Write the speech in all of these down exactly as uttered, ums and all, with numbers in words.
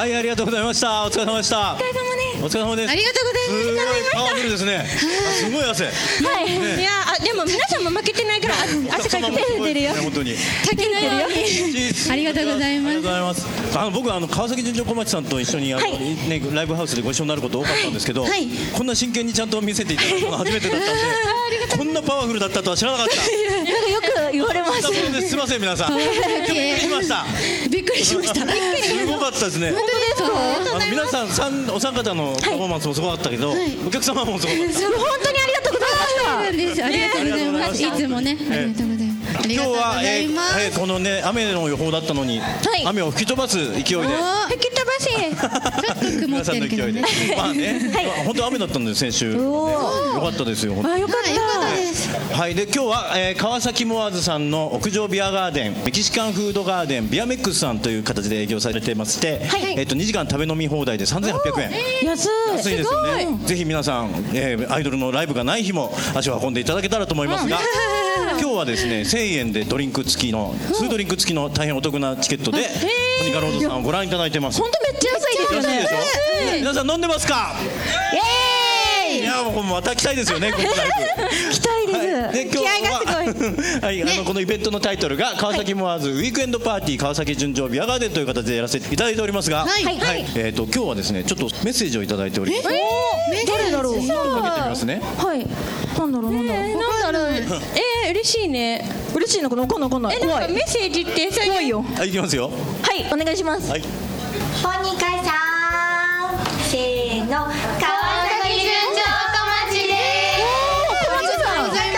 はい、ありがとうございました。お疲れ様でした。 お疲れ様です。 お疲れ様です。 ありがとうございます。 すごいパワフルですね。すごい汗。 はい、ね、いやあでも皆さんも負けてないから汗かいて出るよ。 本当に。 かけないよ。ありがとうございます。 ありがとうございます。あの僕あの川崎純情小町さんと一緒にあの、はい、ねライブハウスでご一緒になること多かったんですけど、はい、こんな真剣にちゃんと見せていただくのが初めてだったんで、こんなパワフルだったとは知らなかった。 なんかよく言われます。 すみません皆さん。びっくりしました。 びっくりしました。 すごかったですね。 本当ですか。 あの皆さん三お三方のパフォーマンスもすごかったけど、はい、お客様もすごかった。 本当にありがとうございました。 ありがとうございます。いつもね、ありがとうございます。 今日は、えーえー、このね雨の予報だったのに、はい、雨を吹き飛ばす勢いで。吹き飛ばし。 ちょっと曇ってるけどね。 まあね、はい、本当雨だったんで先週。よかったですよ。 あ、よかったです。 はい、で今日は、えー、川崎モアーズさんの屋上ビアガーデン、メキシカンフードガーデンビアメックスさんという形で営業されていまして、はい、えっとにじかん食べ飲み放題でさんぜんはっぴゃくえん。 安い。 安いですよね。ぜひ皆さん、えー、アイドルのライブがない日も足を運んでいただけたらと思いますが、うん、今日はですねせんえんでドリンク付きのツードリンク付きの大変お得なチケットでトニカロードさんをご覧いただいてます。 本当めっちゃ安いですよね。 安いでしょ。皆さん飲んでますか。 イエーイ。 いやもうまた来たいですよね。このライブ来たいです。はい、で今日は気合がすごい。 はい、ね、あのこのイベントのタイトルが川崎モアーズウィークエンドパーティー川崎純情ビアガーデンという形でやらせていただいておりますが、はい、はいはい、えっ、ー、と今日はですねちょっとメッセージをいただいております。 えー、誰だろう。 かけてみますね。 はい。なんだろうなんだろう。えー、なんだろう。えー、嬉しいね。嬉しいのかな、わかんないわかんない。え、なんかメッセージって怖いよ。 はい、行きますよ。 はい、お願いします。はい。 ポニカさん、せーの、川崎純情小町です。 おー、小町さん。 ありがとうございます。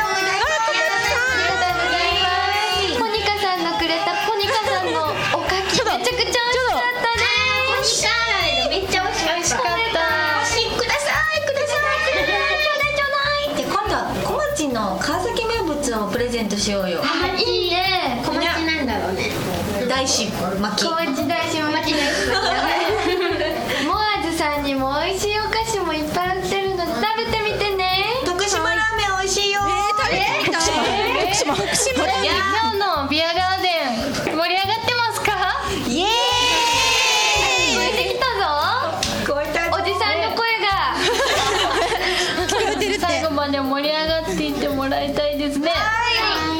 ポニカさんのくれたポニカさんのおかきめちゃくちゃ美味しかったです。ポニカ洗いでめっちゃ美味しかった。くださいくださいくださいって今度は小町の川崎名物をプレゼントしようよ。 あ、いいね。小町なんだろうね。 大師巻き。 小町大師巻きです。モアーズさんにも美味しいお菓子もいっぱい売ってるので食べてみてね。 徳島ラーメン美味しいよ。 えー、食べてみたい。徳島徳島ラーメン。 今日のビアガーデン盛り上がってますか。 イエーイ。 聞こえてきたぞ。 聞こえた。 おじさんの声が聞こえてるって。 最後まで盛り上がっていってもらいたいですね。 はい。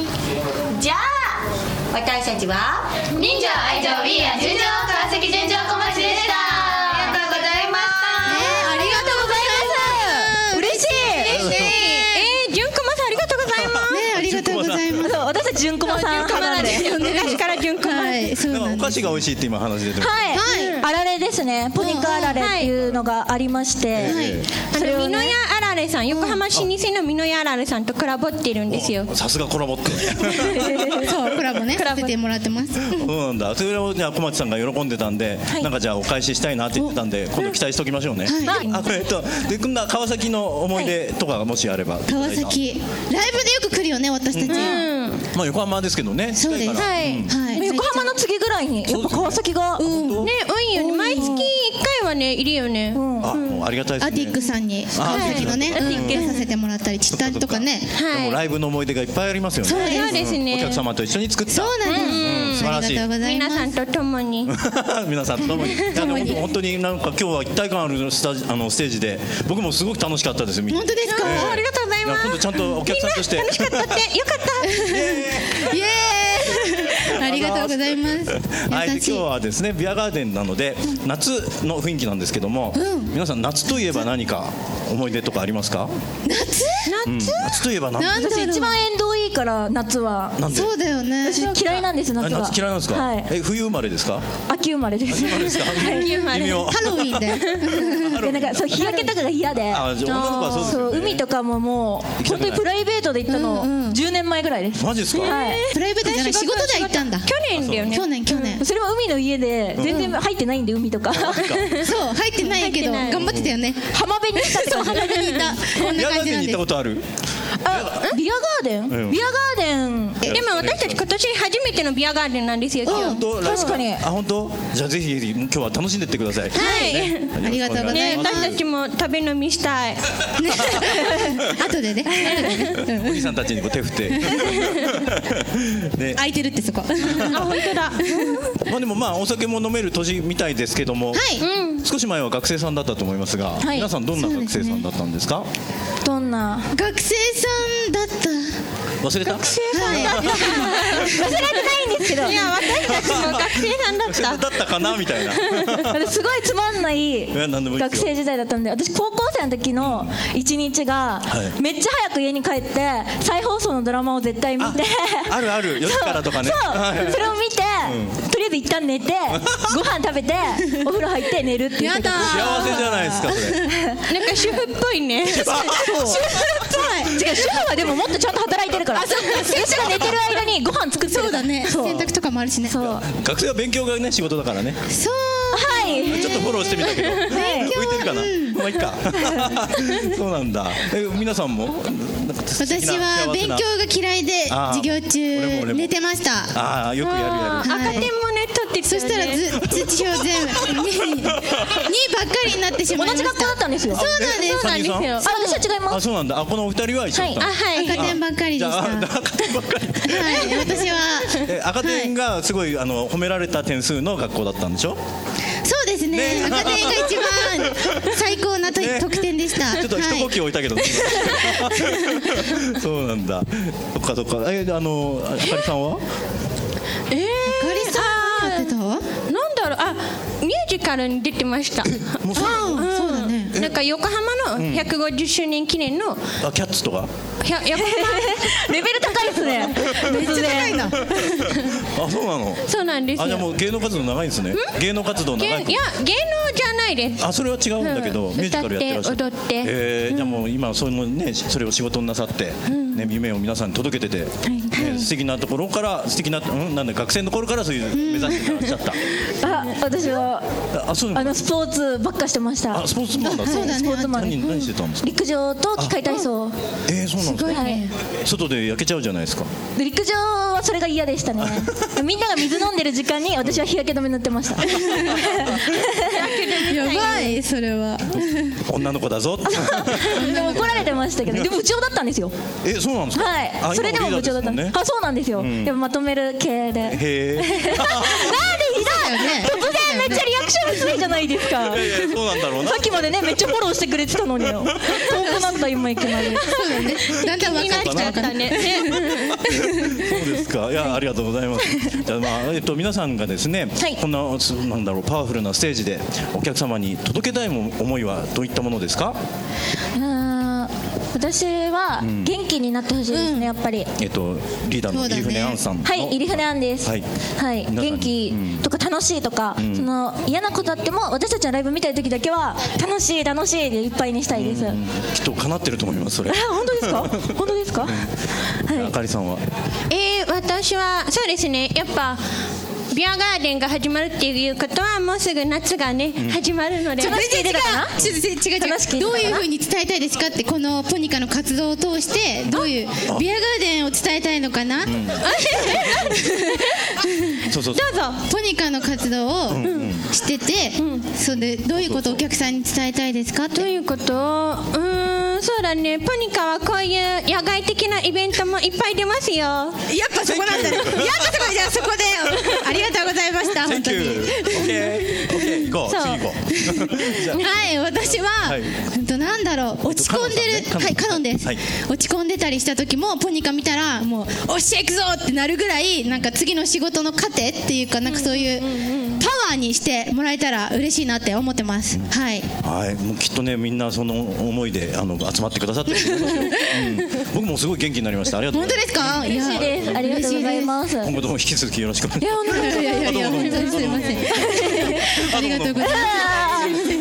じゃあ私たちは忍者愛情 We are 純情川崎純情小町でした。 ありがとうございました。 ね、ありがとうございます。嬉しい。嬉しい。えー、純駒さんありがとうございます。 ね、ありがとうございます。 そう、私たち純駒さん派なんで、昔から純駒。 はい、そうなんです。 お菓子が美味しいって今話出てます。 はい。あられですね。ポニカあられっていうのがありまして、それを美濃屋あられさん、横浜老舗の美濃屋あられさんとコラボっているんですよ。 さすがコラボって。 そう、コラボね、させてもらってます。 そうなんだ。それをじゃあ小町さんが喜んでたんで、なんかじゃあお返ししたいなって言ってたんで、今度期待しておきましょうね。あ、これとでこんな川崎の思い出とかもしあれば。 川崎ライブでよく来るよね、私たち。 まあ横浜ですけどね。 そうです。はい。 横浜の次ぐらいにやっぱ川崎がね多いよね。毎月一回はねいるよね。 あ、もうありがたいですね。 アティックさんに川崎のね出させてもらったり、チッタリとかね。 もうライブの思い出がいっぱいありますよね。 そうですね。 お客様と一緒に作った。 そうなんです。 素晴らしい。 皆さんと共に。 皆さんと共に。いやでも本当になんか今日は一体感あるスタジあのステージで僕もすごく楽しかったです。 本当ですか。 ありがとうございます。 今度ちゃんとお客さんとして楽しかったってよかった。 イエーイ。ありがとうございます。 はい、今日はですねビアガーデンなので夏の雰囲気なんですけども、皆さん夏といえば何か思い出とかありますか？ 夏？ 夏？夏といえば何？ 私一番縁遠いから夏は。 そうだよね。 私嫌いなんです夏は。 夏嫌いなんですか？はい。え、冬生まれですか？ 秋生まれです。 秋生まれですか？ 秋生まれ。 ハロウィンで。 なんかそう日焼けとかが嫌で。 あ、女の子はそうですよね。 そう海とかももう本当にプライベートで行ったのじゅうねんまえぐらいです。 マジですか？ はい。 プライベートじゃない仕事で行ったんだ。 去年だよね。 去年去年。 それも海の家で全然入ってないんで海とか。 そう入ってないけど頑張ってたよね。 浜辺にいたって感じ。 浜辺にいた。こんな感じなんです。 行ったことある？ あ、ビアガーデン、 うんビアガーデン。 でも私たち今年初めてのビアガーデンなんですよ今日。 本当確かに。 あ、本当。じゃあぜひ今日は楽しんでってください。 はいねありがとうございね、 ます私たちも食べ飲みしたい。 後でねおじさんたちにこう手振って。ね、 空いてるってそこ。 あ、本当だ。 まあでもまあお酒も飲める年みたいですけども、 はい。 少し前は学生さんだったと思いますが、 はい皆さんどんな学生さんだったんですか？ どんな。 学生さんだった。 忘れた？ はい。 忘れてないんですけど。 いや、私たちも学生さんだっ学生た。 だったかなみたいな。 私すごいつまんないや何でもいいですよ学生時代だったんで、私高校生の時の一日がはいめっちゃ早く家に帰って再放送のドラマを絶対見て、 あるあるよじからとかね。 そう、 はいはいそれを見て、とりあえず一旦寝てご飯食べてお風呂入って寝るっていうやだ幸せじゃないですかそれ。 なんか主婦っぽいね。 そう主婦っぽい。違う、主婦はでももっとちゃんと働いてるから私が寝てる間にご飯作ってるから。 そうだね。 そう洗濯とかもあるしね。 そう、は学生は勉強がね仕事だからね。 そう。 い。 ちょっとフォローしてみたけど、 はい浮いてるかな。まあいいか。そうなんだ。え皆さんもなんか素敵な私は幸せな勉強が嫌いであー授業俺も俺も中寝てました。 ああよくやるやあー赤点もね取ってたよね。 そしたらず通知表全部ににばっかりになってしまいました。 同じ学校だったんですよ。 そうなんです。 そうなんですよ。 あ、私は違いる。 ます。 あそうなんだ。あこのお二人は一緒だったの。 あ、はい。 赤点ばっかりでした。 じゃあは赤点ばっかり。 い。私はえ赤点がすごいあの褒められた点数の学校だったんでしょ。 そうですね。 ね赤点が一番最高なとね得点でした。 ちょっと一呼はい吸置いたけど、そうなんだ。そっかそっか。えあのあかりさんは？ えー、 あかりさんやってた？ なんだろう、あ、ミュージカルに出てました。 もうそうああ、そうだね。 なんか横浜のひゃくごじゅっしゅうねん記念のあキャッツとか。 ひゃ横浜レベル高いですね。めっちゃ高いな。 あそうなの。 そうなんですよ。 あじゃあもう芸能活動長いんですね。芸能活動長い。 げいや芸能じゃないです。 あそれは違うんだけど、 うんミュージカルやってらっしゃる。 歌って踊ってえーじゃあもう今そのねそれを仕事になさって、ね夢を皆さんに届けてて、ね素敵なところから素敵なうんなんだ学生の頃からそういう目指してらっしゃった。 あ、私はあそうなの。 あのスポーツばっかしてましたあ。スポーツマンだった。 そうだねスポーツマン。 何何してたんですか。 陸上と機械体操。 えーそうなんですか。 はい。 外で焼けちゃうじゃないですか。 で陸上はそれが嫌でしたね。みんなが水飲んでる時間に私は日焼け止め塗ってました。 やばい、それは。 女の子だぞって。 でも怒られてましたけど、でも部長だったんですよ。 えそうなんですか。 はい。それでも部長だったんです。 ああ、そうなんですよ。やっぱまとめる系で。なんでひどい。 へえ。 突然めっちゃリアクション薄いじゃないですか。 いやいやそうなんだろうな。 さっきまでねめっちゃフォローしてくれてたのに遠くなった今いきなり。 そうだね。だんだん分かってきたのかな。 ね。 そうですか。いやありがとうございます。じゃあまあえっと皆さんがですね、 はいこんなすなんだろうパワフルなステージでお客様に届けたいも思いはどういったものですか。 うーん、私は元気になってほしいですね、やっぱり。 えっとリーダーの入船杏さんの。 はい、入船杏です。 はいはい、 皆さんに元気とか楽しいとか、その嫌なことあっても私たちのライブ見たい時だけは楽しい楽しいでいっぱいにしたいです。あ、 きっと叶ってると思いますそれ。 本当ですか？本当ですか？ あかりさんは。 えー、私はそうですね。やっぱビアガーデンが始まるっていうことはもうすぐ夏がね、始まるので。 ちょっと聞いてたかな？ ちょっと違う違話聞いてたかなう。どういう風に伝えたいですかってこのポニカの活動を通してどういうビアガーデンを伝えたいのかな。 そうそうそう。 どうぞ。 ポニカの活動をしてて、それでどういうことをお客さんに伝えたいですかって。 どういうこと？うーん、そうだね。ポニカはこういう野外的なイベントもいっぱい出ますよ。 やっぱそこなんだね。やっぱそこじゃあそこでありがとうございました本当に。 オッケーオッケー行こうそう次行こう。じゃあはい私は、 はいうんとなんだろう落ち込んでる、 えっとカノンさんねはいカノンです、 はい落ち込んでたりした時もポニカ見たらもうおっしゃ行くぞってなるぐらいなんか次の仕事の糧っていうかなんかそういうパワーにしてもらえたら嬉しいなって思ってます。はい。 はい、もうきっとねみんなその思いであの集まってくださってると思いますよ、うん、僕もすごい元気になりましたありがとうご本ざいます。 当ですか？ 嬉しいです。ありがとうございます。 今後とも引き続きよろしくお願いしいや、本当にいやいやいや本当にすいません。ありがとうございます。 どん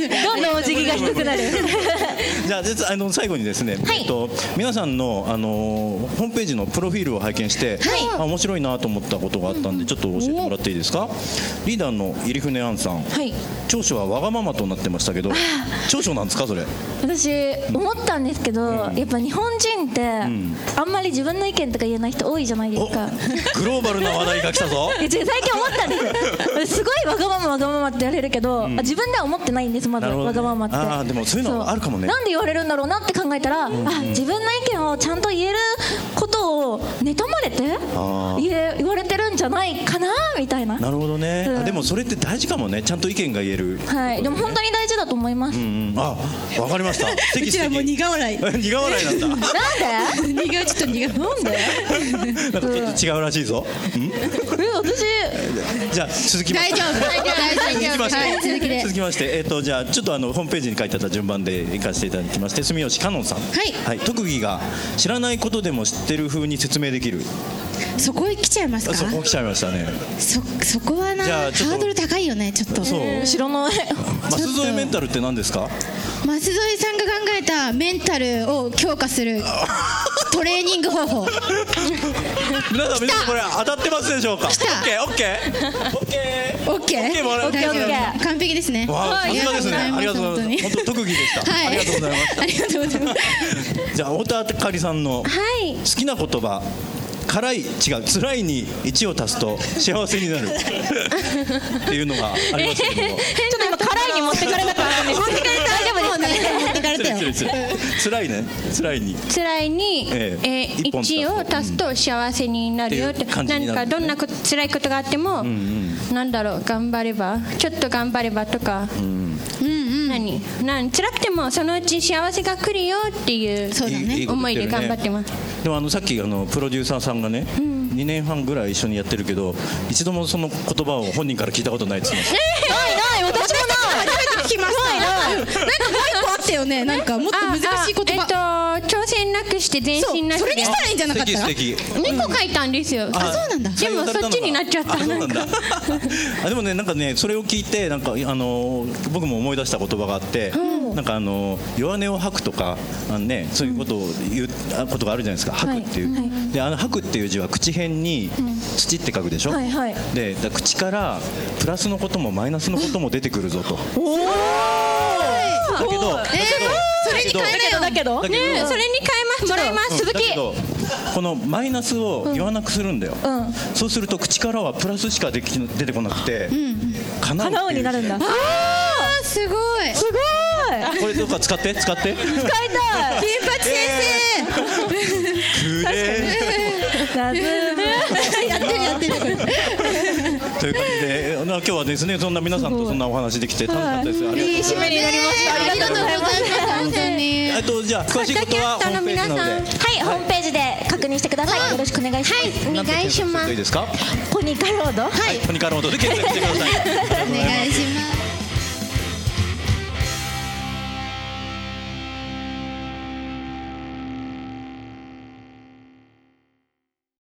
のお辞儀が低くなる。 じゃあ実はあの最後にですね、 はいえっと皆さんのあのホームページのプロフィールを拝見して、あ面白いなと思ったことがあったんでちょっと教えてもらっていいですか。リーダーの入船杏さん、 はい長所はわがままとなってましたけど、長所なんですかそれ。 私思ったんですけど、やっぱ日本人ってあんまり自分の意見とか言えない人多いじゃないですか。 グローバルな話題が来たぞ。 いや違う最近思ったんです。すごいわがままわがままって言われるけど、あ自分では思ってないんですまだ、 なるほどねわがままって。 あーでもそういうのあるかもね。 なんで言われるんだろうなって考えたら、あ自分の意見をちゃんと言えることを妬まれてあー言え言われてるんじゃないかなみたいな。 なるほどね、 うんあでもそれって大事かもね。ちゃんと意見が言える。 はいでも本当に大事だと思います。 うんうん、あわかりました。素敵うちらもう苦笑い苦笑いなんだ。 なんで？ 苦ちょっと苦なんでなんかちょっと違うらしいぞ。んえ私じゃあ続きまして大丈夫大丈夫続きまして、 はい続きで続きましてえっ、とじゃあちょっとあのホームページに書いてあった順番で行かせていただきまして、住吉香音さん、 はい特技が知らないことでも知ってる風に説明できる。 そこへ来ちゃいますか。 そこ来ちゃいましたね。 そそこはなじゃハあちょっとードル高いよねちょっと。 そう知らない。 舛添メンタルって何ですか。 舛添さんが考えたメンタルを強化するトレーニング方法。 皆さん皆さんこれ当たってますでしょうか。オたッケーオッケーオッケーオッケー。 オッケーもらう大丈オッケーオッケ夫。完璧ですね。 わあさすがですね。あありりがとうごがとうございまざいますす。本当特技でした。 はい。 ありがとうございます。 ありがとうございます。 じゃあ太田あかりさんのはい好きな言葉。辛い違う辛いにいちを足すと幸せになるっていうのがありましたけども。 ちょっと今辛いに持ってかれなかったんです。持ってかれ大丈夫ですかね。 持ってかれたよ。 失礼失礼失礼辛いね辛いに。 辛いに、 えええー、 一本足すいちを足すと幸せになるよって、 っていう感じになる何かどんなこと辛いことがあっても、なんだろう頑張ればちょっと頑張ればとか、何なん辛くてもそのうち幸せが来るよっていうそうだねいいこと思い言ってるねで頑張ってます。 でもあのさっきあのプロデューサーさんがね、にねんはんぐらい一緒にやってるけど一度もその言葉を本人から聞いたことないって言ってました。 ないない私もない。 初めて聞きました。なんかもう一個あったよね。なんかもっと難しい言葉。 ああえっと挑戦なくして全そう身なしでそれにしたらいいんじゃなかったら。 素敵素敵。 にこ書いたんですよ。 あそうなんだ。 でもそっちになっちゃった。 あそうなんだあでもねなんかねそれを聞いてなんかあの僕も思い出した言葉があって、なんかあの弱音を吐くとかあのねそういうことを言うことがあるじゃないですか。吐くっていう、 はいはいであの吐くっていう字は口辺に土って書くでしょ。 はいはいでだから口からプラスのこともマイナスのことも出てくるぞと。 おお。 だけど、だけどそれに変えなよ。 だけどだけどねえそれに変えますもらいます続き。 だけどこのマイナスを言わなくするんだよ、 うんそうすると口からはプラスしかでき出てこなくて、叶う叶うになるんだ。 ああすごい。 すごい。 これとか使って使って使いたい。 金八先くれラブ生。やってるやってるこれ。 という感じでな今日はですねそんな皆さんとそんなお話できて楽しかったです。ありがとういい締めになりました。ありがとうございます。 本当に。 えっとじゃあ詳しいことはホームページなので、 はい、ホームページで確認してください。よろしくお願いします。 なんて検索するといいですか。 ポニカロード。 はい、ポニカロードで検索してください。 お願いします。